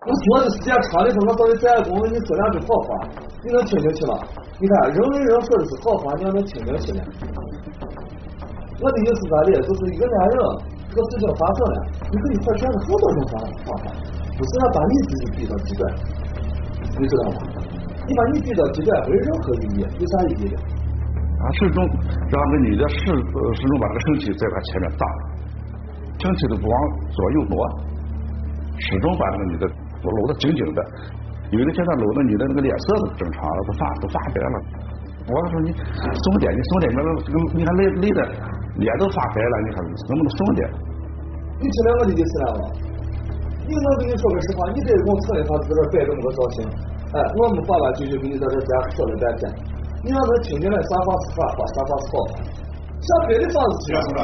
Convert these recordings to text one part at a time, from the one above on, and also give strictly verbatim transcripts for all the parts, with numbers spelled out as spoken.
我说的时间长的时候，我到底在工，你说两句好话，你能听进去吗？你看，人为人说的是好话，你要能听进去呢。我的意思咋的？就是一个男人，这个事情发生了，你可以快选择好多种方方法，不是要把你自己逼到极端，你知道吗？你把你逼到极端没任何意义，有啥意义的？ 啊，始终让这女的始始终把这个身体在他前面打，身体都不往左右挪，始终把那个女的搂得紧紧的。有一天他搂的女的那个脸色都不正常了，都发都发白了。我说你松点，你松点，你你还累累的脸都发白了，你看能不能松点？ 你听了我的意思了吗？你能跟你说个实话，你这给我测一下自个儿摆这么个造型，哎，我们爸爸舅舅给你在这家说了半天，你让他听进来啥话是啥话，啥话是好话，像别的房子听不了。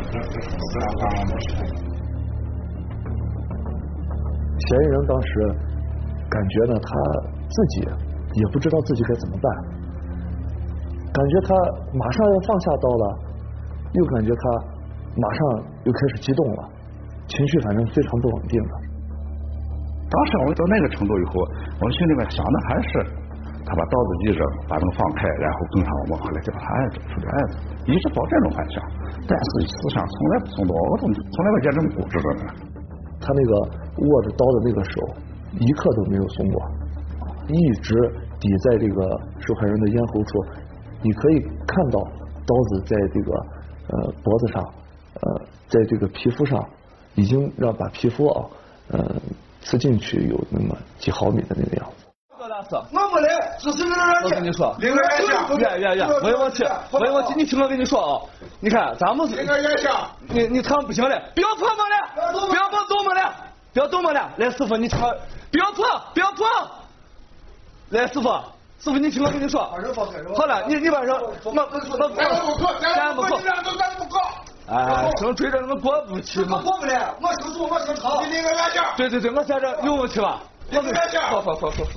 嫌疑人当时感觉呢，他自己也不知道自己该怎么办，感觉他马上要放下刀了，又感觉他马上又开始激动了，情绪反正非常不稳定的。 当时我们到那个程度以后，我们心里面想的还是他把刀子一扔，把那个放开，然后跟上我们回来就把他案子处理案子，一直抱这种幻想，但是思想从来不松动，我从从来没见这么固执的人。 他那个握着刀的那个手一刻都没有松过，一直抵在这个受害人的咽喉处，你可以看到刀子在这个呃脖子上，呃，在这个皮肤上已经让把皮肤啊呃刺进去有那么几毫米的那个样子。 高大师，我没来，只是个软件。我跟你说， 另外一项， 远远远，我有问题，我有问题，你听我跟你说啊，你看咱们是， 另外一项， 你你唱不行了，不要破门了，不要碰动门了，不要动门了，来师傅你听，不要破，不要破，来师傅，师傅你听我跟你说，好了，你你晚上我我我咱不破，咱不破，你俩都咱不破。 哎，正追着那个过不去嘛。 过不了，我手术我手长。你那个软件。 对对对，我现在有问题吧？ 那个软件。 好好好好好。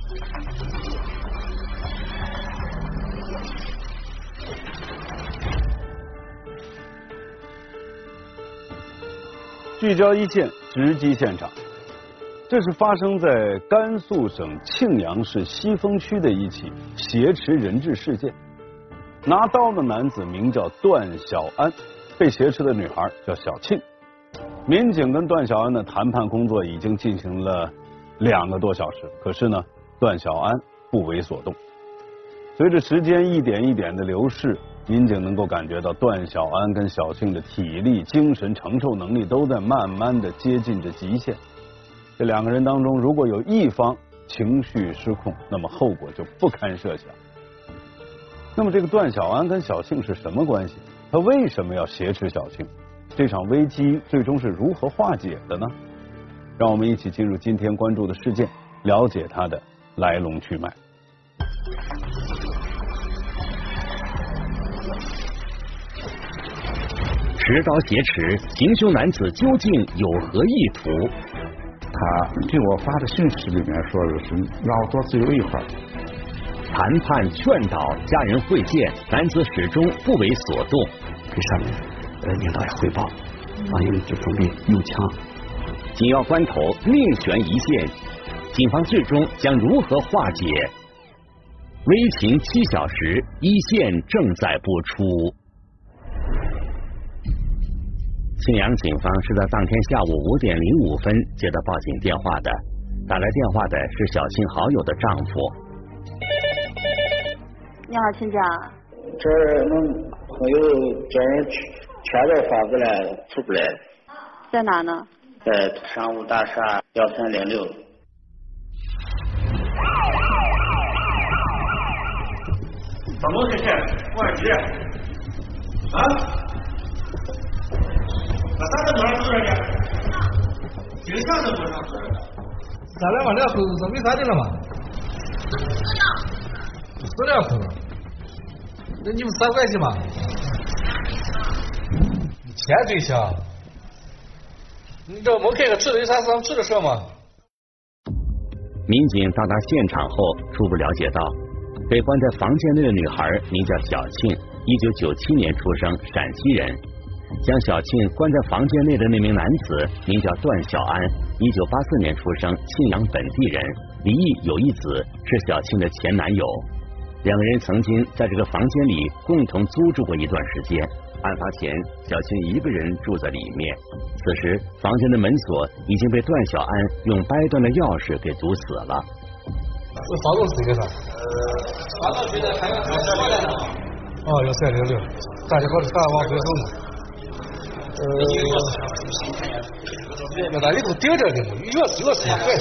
聚焦一线，直击现场。这是发生在甘肃省庆阳市西峰区的一起挟持人质事件。拿刀的男子名叫段小安，被挟持的女孩叫小庆。民警跟段小安的谈判工作已经进行了两个多小时，可是呢，段小安不为所动。随着时间一点一点的流逝，民警能够感觉到段小安跟小庆的体力、精神承受能力都在慢慢的接近着极限。这两个人当中，如果有一方情绪失控，那么后果就不堪设想。那么这个段小安跟小庆是什么关系？他为什么要挟持小庆？这场危机最终是如何化解的呢？让我们一起进入今天关注的事件，了解它的来龙去脉。 持刀挟持，行凶男子究竟有何意图？ 他给我发的信息里面说的是让我多自由一会儿。 谈判劝导，家人会见，男子始终不为所动。 给上面呃领导也汇报，啊，因为就准备用枪。 紧要关头，命悬一线，警方最终将如何化解？危情七小时，一线正在播出。庆阳警方是在当天下午五点零五分接到报警电话的，打来电话的是小庆好友的丈夫。 你好，亲家。 这儿俺朋友叫人签到发过来，出不来。 在哪呢？ 在商务大厦幺三零六。 怎么回事？万吉啊？那咱这多少责任呢？警察都多少责任？ 咱俩往这回这没啥的了嘛？死了死了，那你们啥关系嘛？前对象，你这没开个吃的有啥咱们吃的事吗？ 民警到达现场后，初步了解到，被关在房间内的女孩名叫小庆，一九九七年出生，陕西人。将小庆关在房间内的那名男子名叫段小安， 一九八四年出生，庆阳本地人，离异有一子，是小庆的前男友。两个人曾经在这个房间里共同租住过一段时间。案发前，小庆一个人住在里面。此时，房间的门锁已经被段小安用掰断的钥匙给堵死了。 这发动是一个啥？呃，发动机的还有还有三零六。哦，有三零六，大家伙是啥往回走嘛？呃，那那里头顶着的嘛，钥匙钥匙嘛，对。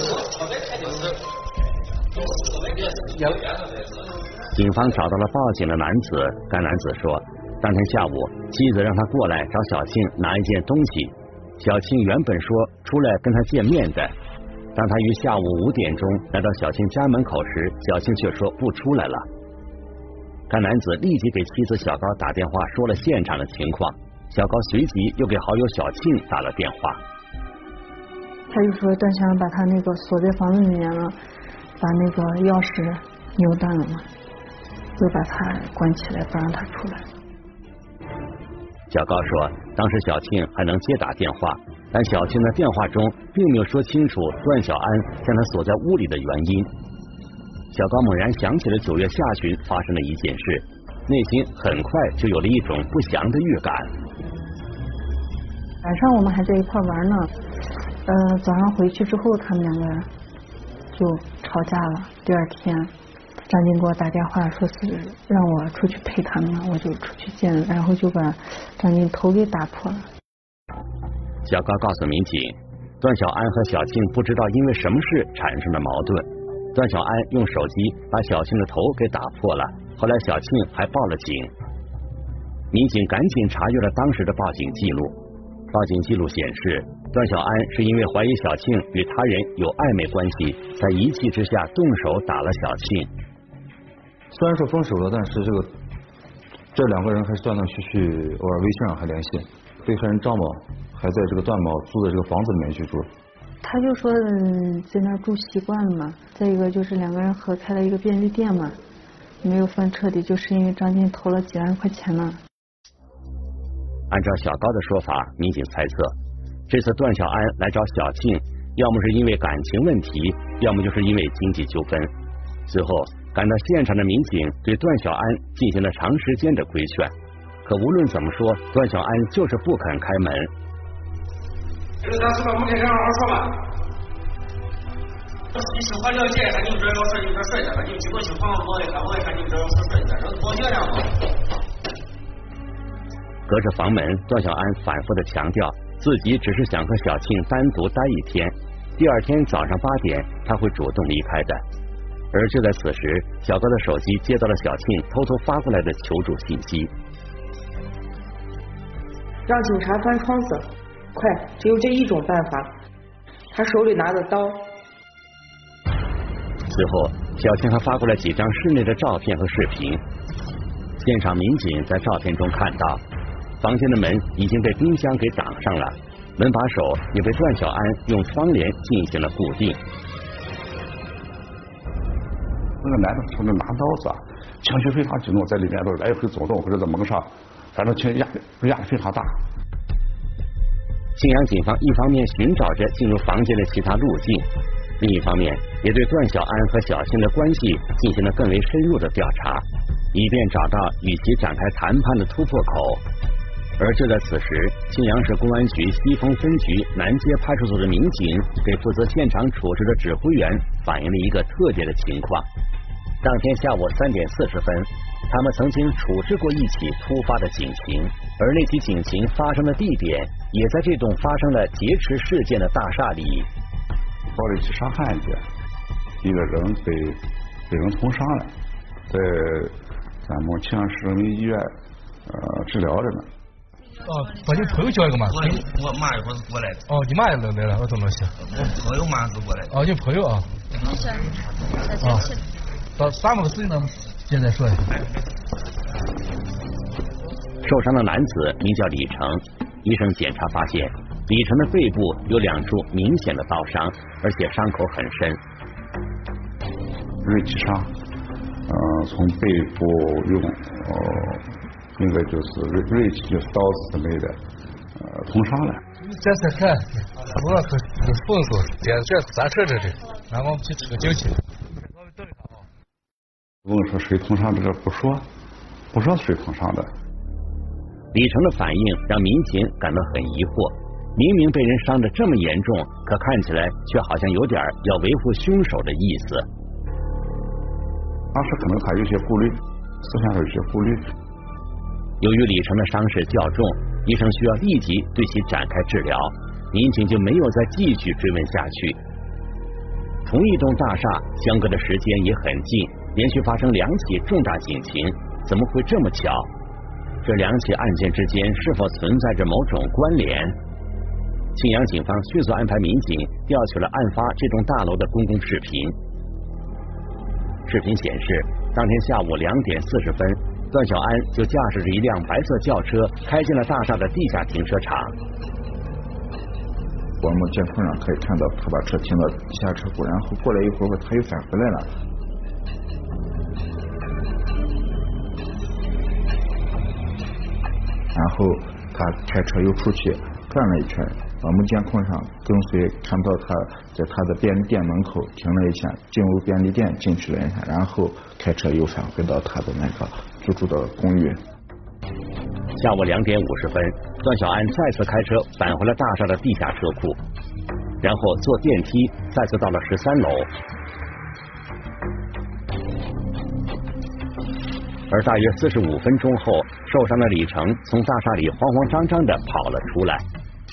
警方找到了报警的男子，该男子说，当天下午妻子让他过来找小庆拿一件东西，小庆原本说出来跟他见面的，当他于下午五点钟来到小庆家门口时，小庆却说不出来了。该男子立即给妻子小高打电话说了现场的情况，小高随即又给好友小庆打了电话。 他就说段小安把他那个锁在房子里面了，把那个钥匙扭断了嘛，就把他关起来不让他出来。 小高说当时小庆还能接打电话，但小庆的电话中并没有说清楚段小安将他锁在屋里的原因。小高猛然想起了九月下旬发生的一件事，内心很快就有了一种不祥的预感。 晚上我们还在一块玩呢，呃，早上回去之后他们两个就吵架了。第二天张静给我打电话说是让我出去陪他们，我就出去见，然后就把张静头给打破了。 小高告诉民警，段小安和小庆不知道因为什么事产生了矛盾，段小安用手机把小庆的头给打破了，后来小庆还报了警。民警赶紧查阅了当时的报警记录，报警记录显示段小安是因为怀疑小庆与他人有暧昧关系，才一气之下动手打了小庆。 虽然说分手了，但是这个这两个人还是断断续续，偶尔微信上还联系。被害人张某还在这个段某租的这个房子里面居住。 他就说嗯在那住习惯了嘛，再一个就是两个人合开了一个便利店嘛，没有分彻底，就是因为张静投了几万块钱呢。 按照小高的说法，民警猜测这次段小安来找小庆，要么是因为感情问题，要么就是因为经济纠纷。随后赶到现场的民警对段小安进行了长时间的规劝，可无论怎么说，段小安就是不肯开门。 这个咱是吧，没跟人好好说吧。你生活了解一下，你们这要事你们这事的，你们经过情况摸一下，摸一下你们这要事事的，这多月亮嘛。 隔着房门，段小安反复的强调自己只是想和小庆单独待一天，第二天早上八点他会主动离开的。而就在此时，小高的手机接到了小庆偷偷发过来的求助信息。 让警察翻窗子，快，只有这一种办法。他手里拿着刀。 随后，小庆还发过来几张室内的照片和视频。现场民警在照片中看到，房间的门已经被冰箱给挡上了，门把手也被段小安用窗帘进行了固定。 那个男的从那拿刀子，啊，情绪非常激动，在里面都来回走动，或者在门上，反正情压力压力非常大。 庆阳警方一方面寻找着进入房间的其他路径，另一方面也对段小安和小庆的关系进行了更为深入的调查，以便找到与其展开谈判的突破口。而就在此时，庆阳市公安局西丰分局南街派出所的民警给负责现场处置的指挥员反映了一个特别的情况。当天下午三点四十分，他们曾经处置过一起突发的警情，而那起警情发生的地点也在这栋发生了劫持事件的大厦里。 报了一起杀害案件，一个人被被人捅伤了，在咱们庆阳市人民医院呃治疗着呢。 哦，把你朋友叫一个嘛？ 我我妈一会儿过来的。 哦，你妈也来来了，我懂了行。 我朋友妈是过来的。 哦，你朋友啊？ 没事，再见。到啥么个事情呢？现在说。 受伤的男子名叫李成，医生检查发现李成的背部有两处明显的刀伤，而且伤口很深。 锐器伤，呃，从背部用呃。应该就是锐锐器，就是刀子之类的，呃，捅伤了。 这是看，我可就风速，这这咱车这的，然后去吃个酒气。 问说水桶上这个不说，不说水桶上的。 李成的反应让民警感到很疑惑，明明被人伤得这么严重，可看起来却好像有点要维护凶手的意思。 当时可能他有些顾虑，思想上有些顾虑。 由于李成的伤势较重，医生需要立即对其展开治疗，民警就没有再继续追问下去。同一栋大厦相隔的时间也很近，连续发生两起重大警情，怎么会这么巧？这两起案件之间是否存在着某种关联？庆阳警方迅速安排民警调取了案发这栋大楼的公共视频。视频显示，当天下午两点四十分，段小安就驾驶着一辆白色轿车开进了大厦的地下停车场。 我们监控上可以看到，他把车停到地下车库，然后过来一会儿他又返回来了。然后他开车又出去转了一圈，我们监控上跟随看到他在他的便利店门口停了一下，进入便利店进去了一下，然后开车又返回到他的那个居住的公寓。 下午两点五十分，段小安再次开车返回了大厦的地下车库，然后坐电梯再次到了十三楼。而大约四十五分钟后，受伤的李成从大厦里慌慌张张地跑了出来。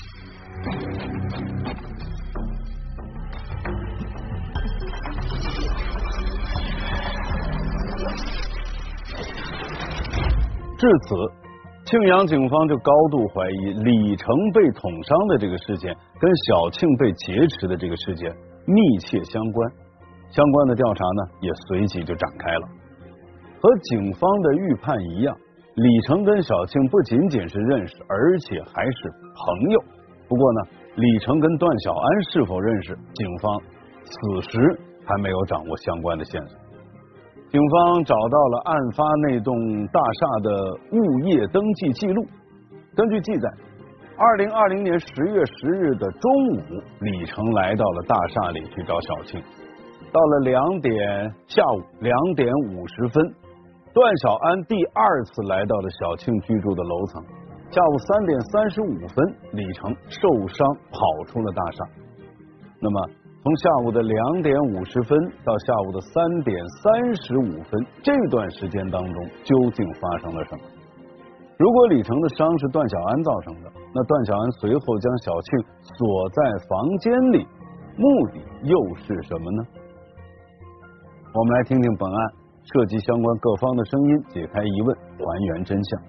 至此，庆阳警方就高度怀疑李成被捅伤的这个事件跟小庆被劫持的这个事件密切相关，相关的调查呢也随即就展开了。和警方的预判一样，李成跟小庆不仅仅是认识，而且还是朋友。不过呢，李成跟段小安是否认识，警方此时还没有掌握相关的线索。警方找到了案发那栋大厦的物业登记记录，根据记载，二零二零年十月十日的中午，李成来到了大厦里去找小庆。到了两点，下午两点五十分，段小安第二次来到了小庆居住的楼层。下午三点三十五分，李成受伤跑出了大厦。那么从下午的两点五十分到下午的三点三十五分，这段时间当中究竟发生了什么？如果李成的伤是段小安造成的，那段小安随后将小庆锁在房间里，目的又是什么呢？我们来听听本案涉及相关各方的声音，解开疑问，还原真相。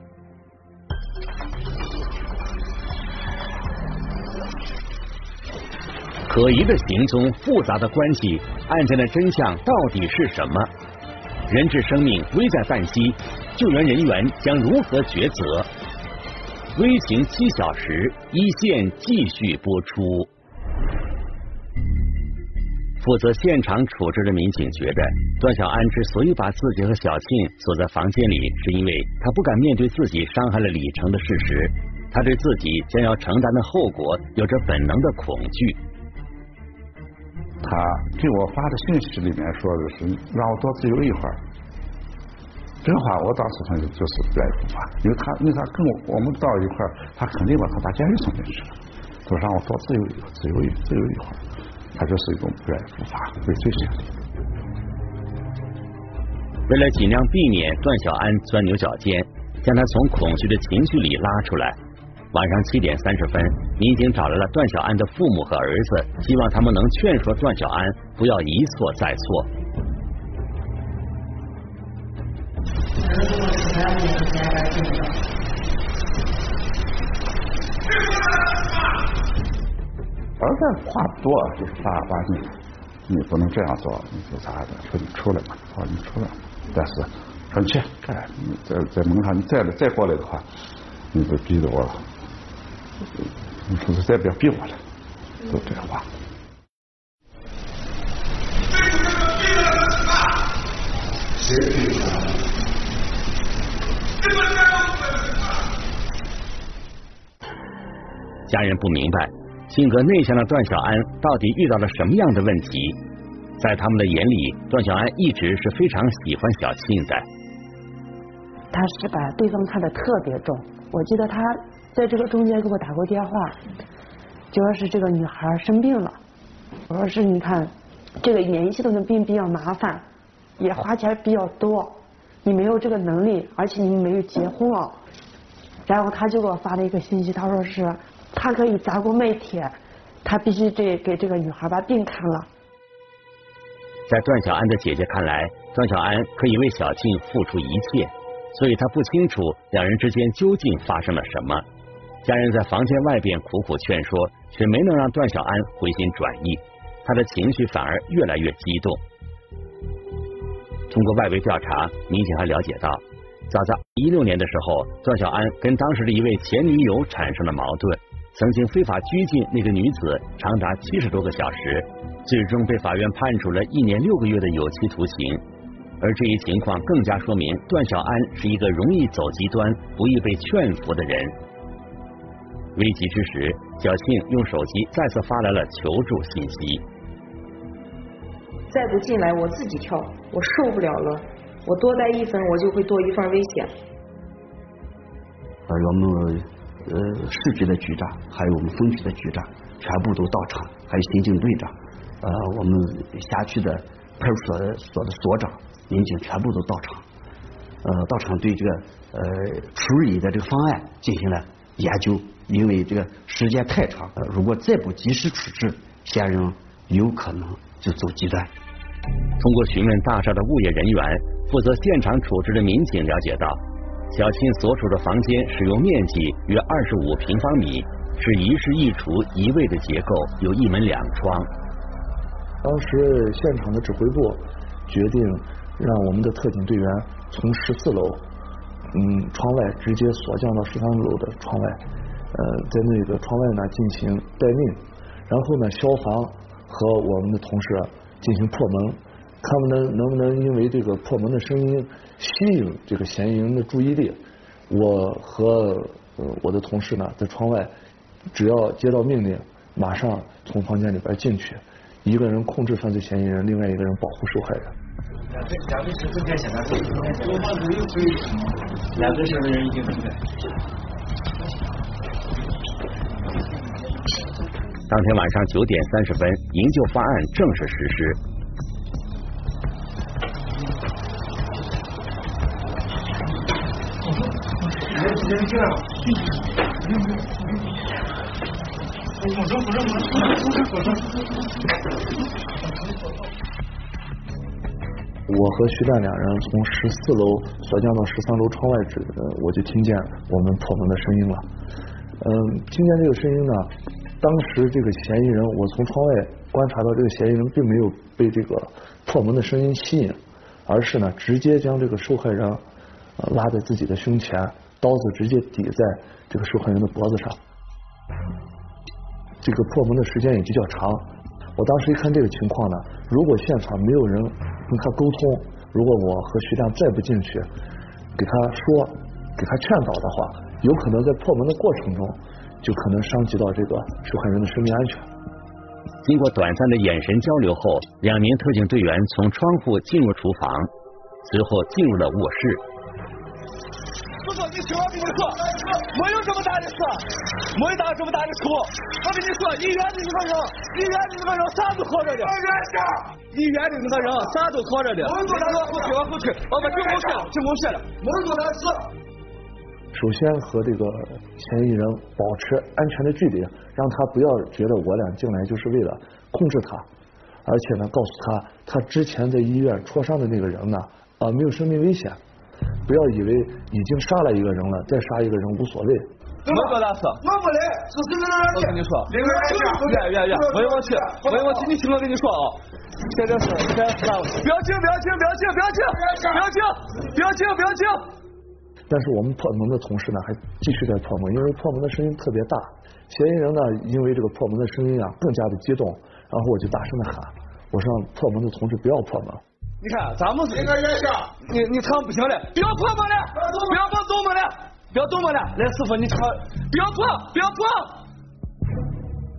可疑的行踪，复杂的关系，案件的真相到底是什么？人质生命危在旦夕，救援人员将如何抉择？危情七小时，一线继续播出。负责现场处置的民警觉得，段小安之所以把自己和小庆锁在房间里，是因为他不敢面对自己伤害了李成的事实，他对自己将要承担的后果有着本能的恐惧。 他给我发的信息里面说的是让我多自由一会儿，这话我当时反正就是不爱不发，因为他因为他跟我我们到一块儿，他肯定把他把监狱送进去了，说让我多自由一自由一自由一会儿，他就是一种不爱不发畏罪心理。 为了尽量避免段小安钻牛角尖，将他从恐惧的情绪里拉出来，晚上七点三十分，民警找来了段小安的父母和儿子，希望他们能劝说段小安不要一错再错。 儿子话不多，就是爸爸你你不能这样做，你说咋的？说你出来吧，说你出来，但是说你去，哎，你在在门上你再再过来的话，你就逼着我了。你说再不要逼我了，都这话。 谁逼他？ 家人不明白， 性格内向的段小安到底遇到了什么样的问题？在他们的眼里，段小安一直是非常喜欢小庆的。 他是把对方看得特别重，我记得他在这个中间给我打过电话，就说是这个女孩生病了，我说是你看这个免疫系统的病比较麻烦，也花钱比较多，你没有这个能力，而且你没有结婚了。然后他就给我发了一个信息，他说是他可以砸锅卖铁，他必须得给这个女孩把病看了。 在段小安的姐姐看来，段小安可以为小庆付出一切，所以她不清楚两人之间究竟发生了什么。家人在房间外边苦苦劝说，却没能让段小安回心转意，他的情绪反而越来越激动。通过外围调查，民警还了解到，早在一六年的时候，段小安跟当时的一位前女友产生了矛盾，曾经非法拘禁那个女子长达七十多个小时，最终被法院判处了一年六个月的有期徒刑。而这一情况更加说明段小安是一个容易走极端、不易被劝服的人。危急之时，小庆用手机再次发来了求助信息。 再不进来，我自己跳，我受不了了。我多待一分，我就会多一份危险。 而我们呃市局的局长，还有我们分局的局长，全部都到场，还有刑警队长，呃，我们辖区的派出所所的所长、民警全部都到场，呃，到场对这个呃处理的这个方案进行了研究。因为这个时间太长，呃，如果再不及时处置，嫌疑人有可能就走极端。 通过询问大厦的物业人员，负责现场处置的民警了解到，小庆所处的房间使用面积约二十五平方米，是一室一厨一卫的结构，有一门两窗。 当时现场的指挥部决定让我们的特警队员从十四楼嗯窗外直接锁降到十三楼的窗外，呃，在那个窗外呢进行待命，然后呢消防和我们的同事进行破门，看我们能不能因为这个破门的声音吸引这个嫌疑人的注意力。我和呃我的同事呢在窗外，只要接到命令，马上从房间里边进去，一个人控制犯罪嫌疑人，另外一个人保护受害人。 两个是分开检查，两个是人已经分开。 当天晚上九点三十分，营救方案正式实施。 我和徐蛋两人从十四楼锁降到十三楼窗外指，我就听见我们破门的声音了。嗯，听见这个声音呢，当时这个嫌疑人，我从窗外观察到这个嫌疑人并没有被这个破门的声音吸引，而是呢直接将这个受害人呃拉在自己的胸前，刀子直接抵在这个受害人的脖子上。这个破门的时间也比较长。我当时一看这个情况呢，如果现场没有人跟他沟通，如果我和徐亮再不进去给他说给他劝导的话，有可能在破门的过程中就可能伤及到这个受害人的生命安全。 经过短暂的眼神交流后，两名特警队员从窗户进入厨房，随后进入了卧室。 叔叔，你千万别说，没有这么大的事，没有这么大的仇。我跟你说，医院的那个人，医院的那个人啥都好着的。医院的那个人啥都好着的。我回去，我回去，我把进公室了，进公室了，没有多大事。 首先和这个嫌疑人保持安全的距离，让他不要觉得我俩进来就是为了控制他，而且呢告诉他，他之前在医院戳伤的那个人呢啊、呃、没有生命危险，不要以为已经杀了一个人了，再杀一个人无所谓。 没多大事，我不来，是这个人。我跟你说，远远远，我我去，我我去，你听我跟你说啊，现在是现在是不要紧，不要紧，不要紧，不要紧，不要紧，不要紧，不要紧。 但是我们破门的同事呢，还继续在破门，因为破门的声音特别大。嫌疑人呢，因为这个破门的声音啊，更加的激动，然后我就大声的喊，我说让破门的同志不要破门。 你看，咱们是应该忍下，你你唱不行了，不要破门了，不要破动门了，不要动门了，来师傅你唱，不要破，不要破。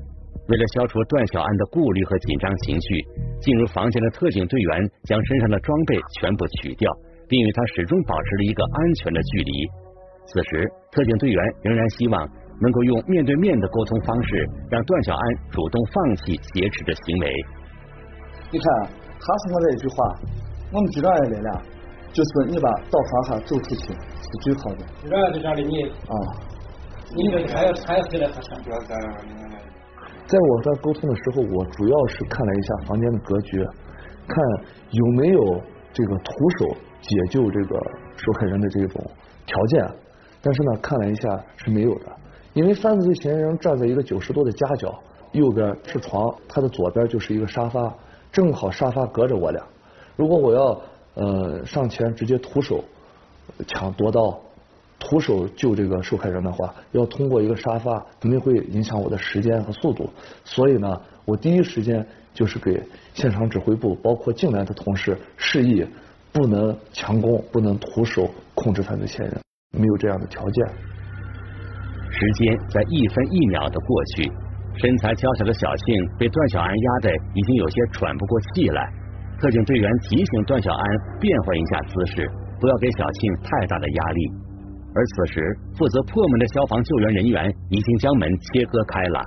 为了消除段小安的顾虑和紧张情绪，进入房间的特警队员将身上的装备全部取掉，并与他始终保持了一个安全的距离。此时，特警队员仍然希望能够用面对面的沟通方式，让段小安主动放弃挟持的行为。 你看，他说的这句话，我们局长也来了，就是你把到房上走出去是最好的。 局长在这里，你啊， 你这还要还要回来，他上。 在我在沟通的时候，我主要是看了一下房间的格局，看有没有这个徒手解救这个受害人的这种条件，但是呢，看了一下是没有的，因为犯罪嫌疑人站在一个九十度的夹角，右边是床，他的左边就是一个沙发，正好沙发隔着我俩。如果我要呃上前直接徒手抢夺刀，徒手救这个受害人的话，要通过一个沙发，肯定会影响我的时间和速度。所以呢，我第一时间就是给现场指挥部，包括进来的同事示意，不能强攻，不能徒手控制犯罪嫌疑人，没有这样的条件。 时间在一分一秒的过去，身材娇小的小庆被段小安压得已经有些喘不过气来。特警队员提醒段小安变换一下姿势，不要给小庆太大的压力。而此时，负责破门的消防救援人员已经将门切割开了。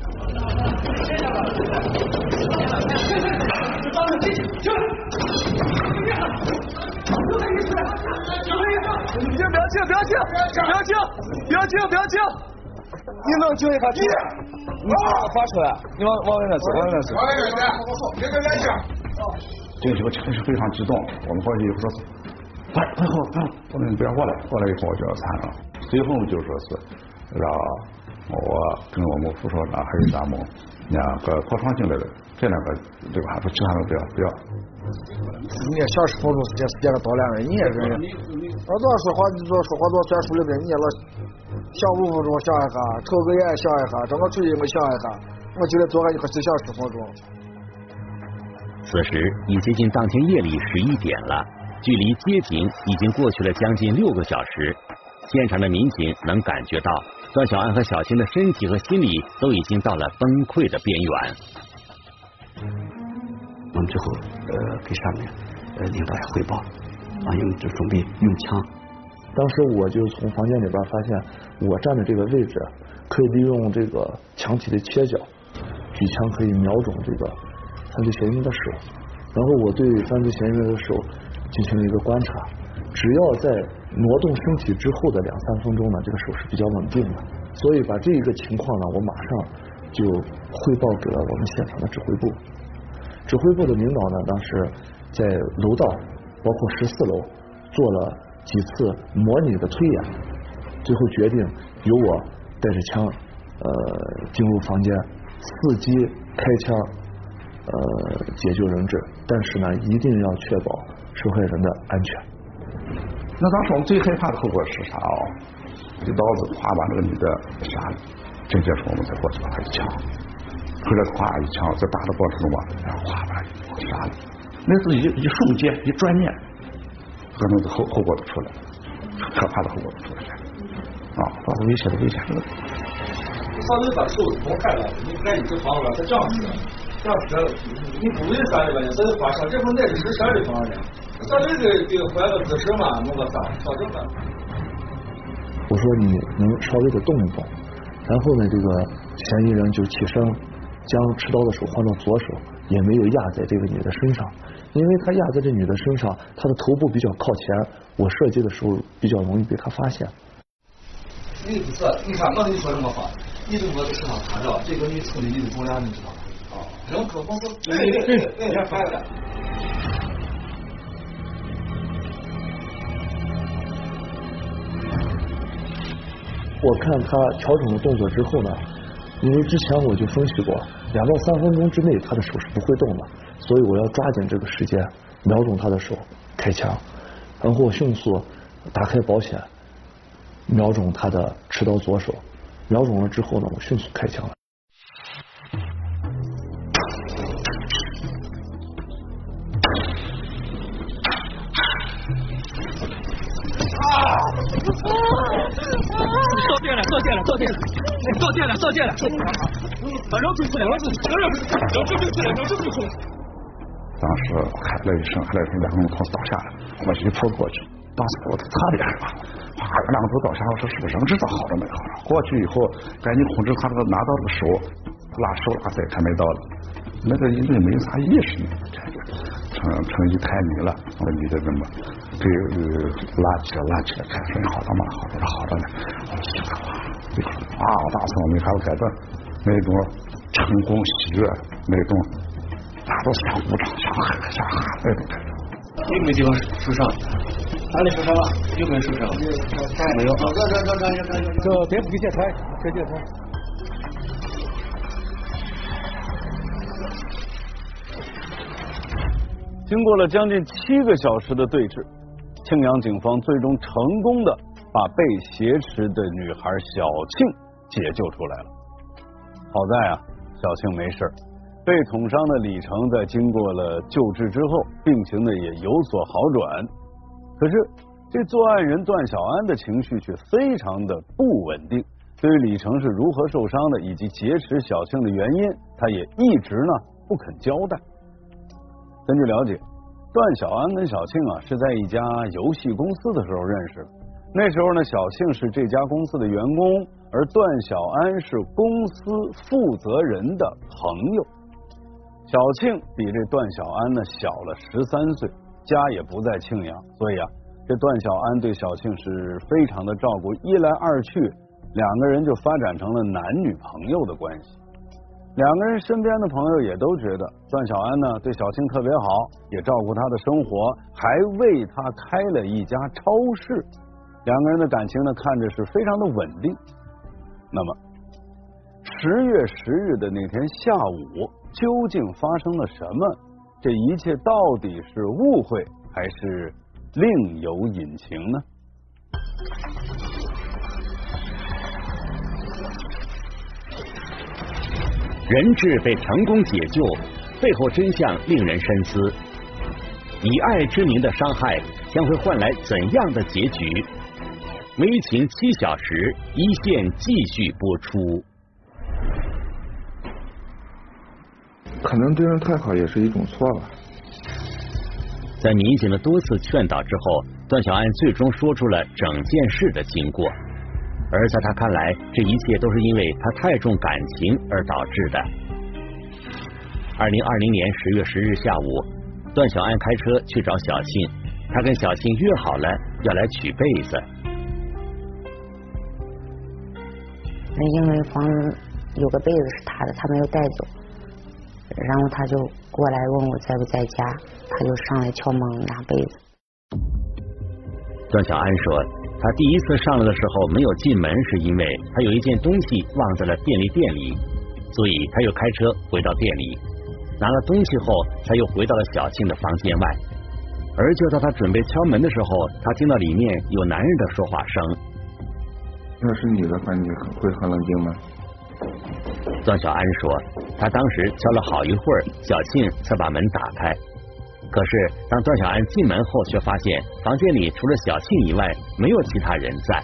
你不要进，不要进，不要进，不要进，不要进！你能进一下去？你发出来，你往往外面走，往外面走。往外面走，别跟来下。 进去，我情绪非常激动，我们过去以后说。快快快快！我们不要过来，过来以后我就要参了。随后就说是让我跟我们副所长还有咱们两个破窗进来的，这两个对吧？说其他人不要不要。 你也小十分钟时间时间了到两人，你也是。我多说话，你说说话多算数里边，你也老想五分钟想一下，抽个烟想一下，整个嘴我想一下，我觉得做个一个只想十分钟。 此时已接近当天夜里十一点了。距离接警已经过去了将近六个小时，现场的民警能感觉到段小安和小青的身体和心理都已经到了崩溃的边缘。 我们最后呃给上面呃领导也汇报，啊，因为就准备用枪。 当时我就从房间里边发现，我站的这个位置可以利用这个墙体的切角，举枪可以瞄准这个犯罪嫌疑人的手，然后我对犯罪嫌疑人的手进行了一个观察，只要在挪动身体之后的两三分钟呢，这个手是比较稳定的。所以把这一个情况呢，我马上就汇报给了我们现场的指挥部。指挥部的领导呢，当时在楼道，包括十四楼，做了几次模拟的推演，最后决定由我带着枪，呃，进入房间，伺机开枪，呃，解救人质。但是呢，一定要确保受害人的安全。 那当时我们最害怕的后果是啥哦？一刀子划把那个女的杀了，这结束我们再过去把她一枪，回来咵一枪，在打的过程中吧，然后咵把她杀了。那是一一瞬间一转念，可能是后后果就出来了，可怕的后果就出来了啊！把危险的危险。 你稍微把手松开了，你赶紧就放了，它这样子。这样子，你不为啥的吧？所以发生这份乃是是啥的方面？咱这个这个换个姿势嘛，弄个啥调整的。 我说你能稍微的动一动，然后呢，这个嫌疑人就起身，将持刀的手换到左手，也没有压在这个女的身上，因为他压在这女的身上，她的头部比较靠前，我射击的时候比较容易被他发现。 你不是，你看我跟你说这么话，你这我在市场看着，这个你处理你的重量，你知道吗？人可不是，对对对对，别拍了。 我看他调整了动作之后呢，因为之前我就分析过，两到三分钟之内他的手是不会动的，所以我要抓紧这个时间，瞄准他的手开枪，然后迅速打开保险，瞄准他的持刀左手，瞄准了之后呢，我迅速开枪了。 坐电了，坐电了，坐电了。 到店了，到店了，把肉追出来，我是这肉肉追出来，肉追出来。 当时喊了一声，喊了一声，两个人同时倒下了，我就扑过去，当时我差点害怕，啪，两个都倒下，我说是不是人知道好着没好着？过去以后赶紧控制他这个拿刀的手，拉手拉腮看没到了，那个因为没有啥意识呢，这个成成绩太迷了，那女的怎么这个拉起来拉起来看说好了吗？好着了好着呢，我心疼啊，啊，我当时我没法改变那种成功喜悦那种。大家都想鼓掌，想喊，想喊那种感觉。 有没有地方受伤？哪里受伤了？有没有受伤？没有。这这这这这这这别不给检查，别检查。 经过了将近七个小时的对峙，庆阳警方最终成功的把被挟持的女孩小庆解救出来了。好在啊，小庆没事。被捅伤的李成在经过了救治之后，病情呢也有所好转。可是这作案人段小安的情绪却非常的不稳定，对于李成是如何受伤的以及劫持小庆的原因，他也一直呢不肯交代。根据了解，段小安跟小庆啊是在一家游戏公司的时候认识的。那时候呢，小庆是这家公司的员工，而段小安是公司负责人的朋友。小庆比这段小安呢小了十三岁，家也不在庆阳，所以啊，这段小安对小庆是非常的照顾。一来二去，两个人就发展成了男女朋友的关系。两个人身边的朋友也都觉得段小安呢对小庆特别好，也照顾他的生活，还为他开了一家超市。两个人的感情呢看着是非常的稳定。那么十月十日的那天下午，究竟发生了什么？这一切到底是误会还是另有隐情呢？ 人质被成功解救，背后真相令人深思。以爱之名的伤害将会换来怎样的结局？微情七小时，一线继续播出。 可能对人太好也是一种错吧。 在民警的多次劝导之后，段小安最终说出了整件事的经过。而在他看来，这一切都是因为他太重感情而导致的。二零二零年十月十日下午，段小安开车去找小庆，他跟小庆约好了要来取被子。 因为房子有个被子是他的，他没有带走，然后他就过来问我在不在家，他就上来敲门拿被子。 段小安说，他第一次上来的时候没有进门，是因为他有一件东西忘在了便利店里，所以他又开车回到店里，拿了东西后，他又回到了小庆的房间外。而就在他准备敲门的时候，他听到里面有男人的说话声。 要是你的话，你会很冷静吗？ 段小安说，他当时敲了好一会儿，小庆才把门打开。可是当段小安进门后，却发现房间里除了小庆以外，没有其他人在。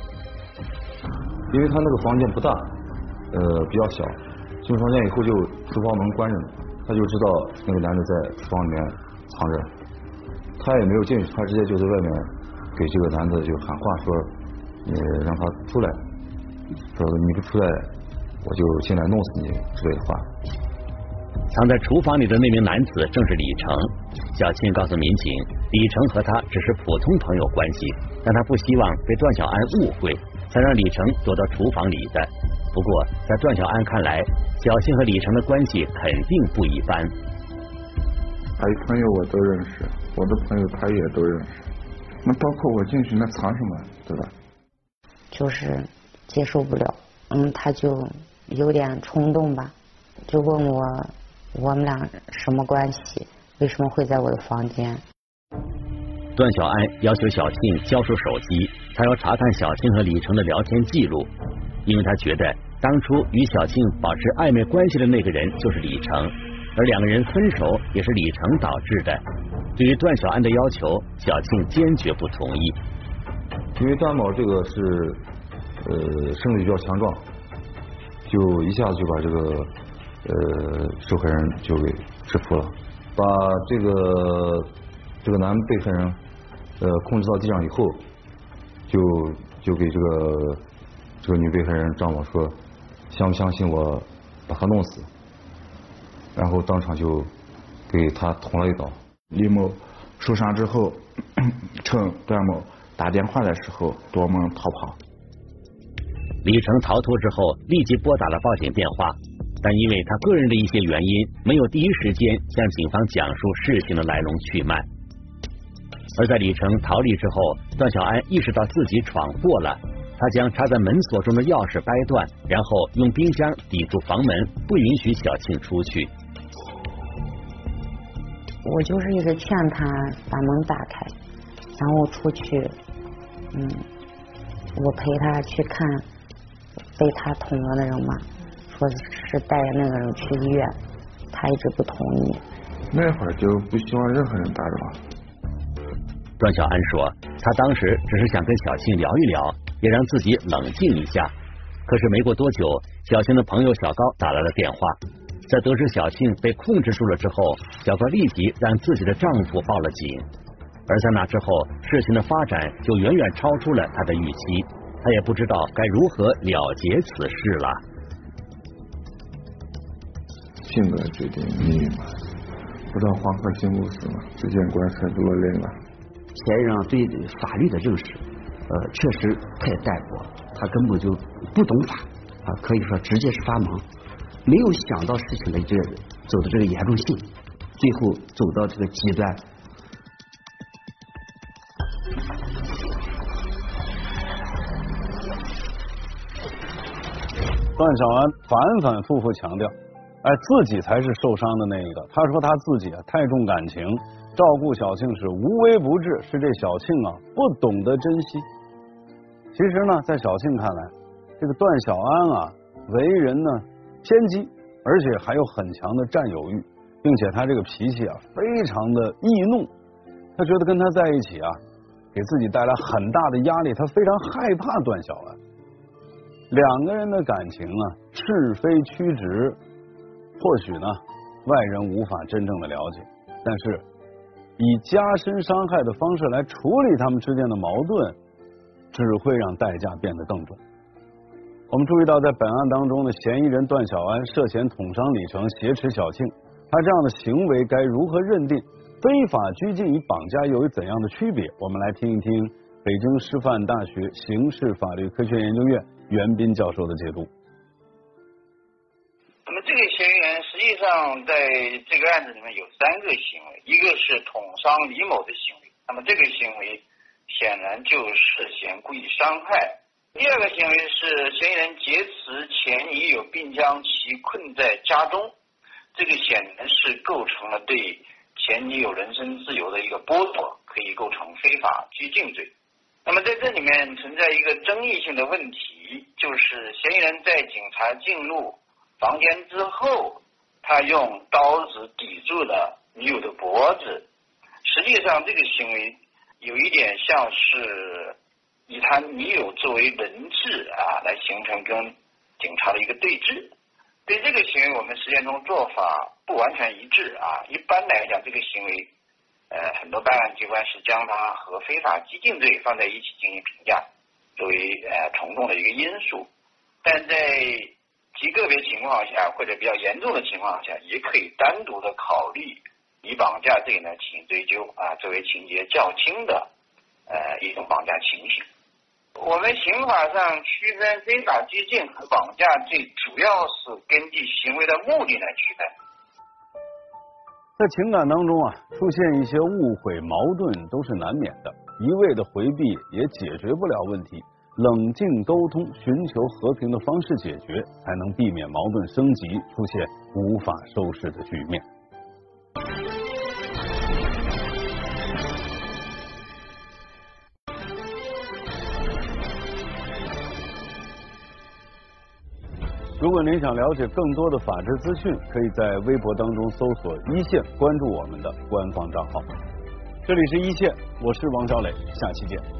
因为他那个房间不大，呃，比较小，进房间以后就厨房门关着，他就知道那个男的在厨房里面藏着，他也没有进去，他直接就在外面给这个男的就喊话说，你让他出来，说你不出来我就进来弄死你之类的话。 藏在厨房里的那名男子正是李成。小庆告诉民警，李成和他只是普通朋友关系，但他不希望被段小安误会，才让李成躲到厨房里的。不过在段小安看来，小庆和李成的关系肯定不一般。 他朋友我都认识，我的朋友他也都认识，那包括我进去那藏什么，对吧？ 就是接受不了，嗯，他就有点冲动吧，就问我我们俩什么关系，为什么会在我的房间。 段小安要求小庆交出手机，他要查看小庆和李成的聊天记录，因为他觉得当初与小庆保持暧昧关系的那个人就是李成，而两个人分手也是李成导致的。对于段小安的要求，小庆坚决不同意。 因为段某这个是呃身体比较强壮， 就一下子就把这个呃受害人就给制服了，把这个这个男被害人呃控制到地上以后，就就给这个这个女被害人张某说，相不相信我把他弄死，然后当场就给他捅了一刀。 李某受伤之后，趁段某打电话的时候夺门逃跑。 李成逃脱之后，立即拨打了报警电话，但因为他个人的一些原因，没有第一时间向警方讲述事情的来龙去脉。而在李成逃离之后，段小安意识到自己闯祸了，他将插在门锁中的钥匙掰断，然后用冰箱抵住房门，不允许小庆出去。 我就是一直劝他把门打开，然后出去，嗯，我陪他去看被他捅了的人嘛，说是带那个人去医院，他一直不同意。 那会儿就不希望任何人打扰。 段小安说，他当时只是想跟小庆聊一聊，也让自己冷静一下。可是没过多久，小庆的朋友小高打来了电话。在得知小庆被控制住了之后，小高立即让自己的丈夫报了警。而在那之后，事情的发展就远远超出了他的预期，他也不知道该如何了结此事了。 性格决定命运嘛，不知道黄河经故事嘛，之间关系落泪了。 嫌疑人对法律的认识，呃，确实太淡薄，他根本就不懂法啊，可以说直接是发懵。没有想到事情的这个走的这个严重性，最后走到这个极端。 段小安反反复复强调，哎，自己才是受伤的那一个。他说他自己啊太重感情，照顾小庆是无微不至，是这小庆啊不懂得珍惜。其实呢，在小庆看来，这个段小安啊为人呢偏激，而且还有很强的占有欲，并且他这个脾气啊非常的易怒，他觉得跟他在一起啊给自己带来很大的压力，他非常害怕段小安。两个人的感情啊是非曲直，或许呢外人无法真正的了解，但是以加深伤害的方式来处理他们之间的矛盾，只会让代价变得更重。我们注意到，在本案当中的嫌疑人段小安涉嫌捅伤李成，挟持小庆，他这样的行为该如何认定？非法拘禁与绑架又有怎样的区别？我们来听一听北京师范大学刑事法律科学研究院袁斌教授的解读。 那么这个嫌疑人实际上在这个案子里面有三个行为，一个是捅伤李某的行为，那么这个行为显然就涉嫌故意伤害。第二个行为是嫌疑人劫持前女友并将其困在家中，这个显然是构成了对前女友人身自由的一个剥夺，可以构成非法拘禁罪。那么在这里面存在一个争议性的问题，就是嫌疑人在警察进入房间之后，他用刀子抵住了女友的脖子，实际上这个行为有一点像是以他女友作为人质啊，来形成跟警察的一个对峙。对这个行为，我们实践中做法不完全一致啊。一般来讲，这个行为，呃，很多办案机关是将它和非法激进罪放在一起进行评价，作为呃从重的一个因素。但在极个别情况下，或者比较严重的情况下，也可以单独的考虑以绑架罪呢进行追究啊，作为情节较轻的呃一种绑架情形。我们刑法上区分非法拘禁和绑架罪，主要是根据行为的目的来区分。 在情感当中啊，出现一些误会、矛盾都是难免的，一味的回避也解决不了问题。冷静沟通，寻求和平的方式解决，才能避免矛盾升级，出现无法收拾的局面。如果您想了解更多的法治资讯，可以在微博当中搜索一线，关注我们的官方账号。这里是一线，我是王小磊，下期见。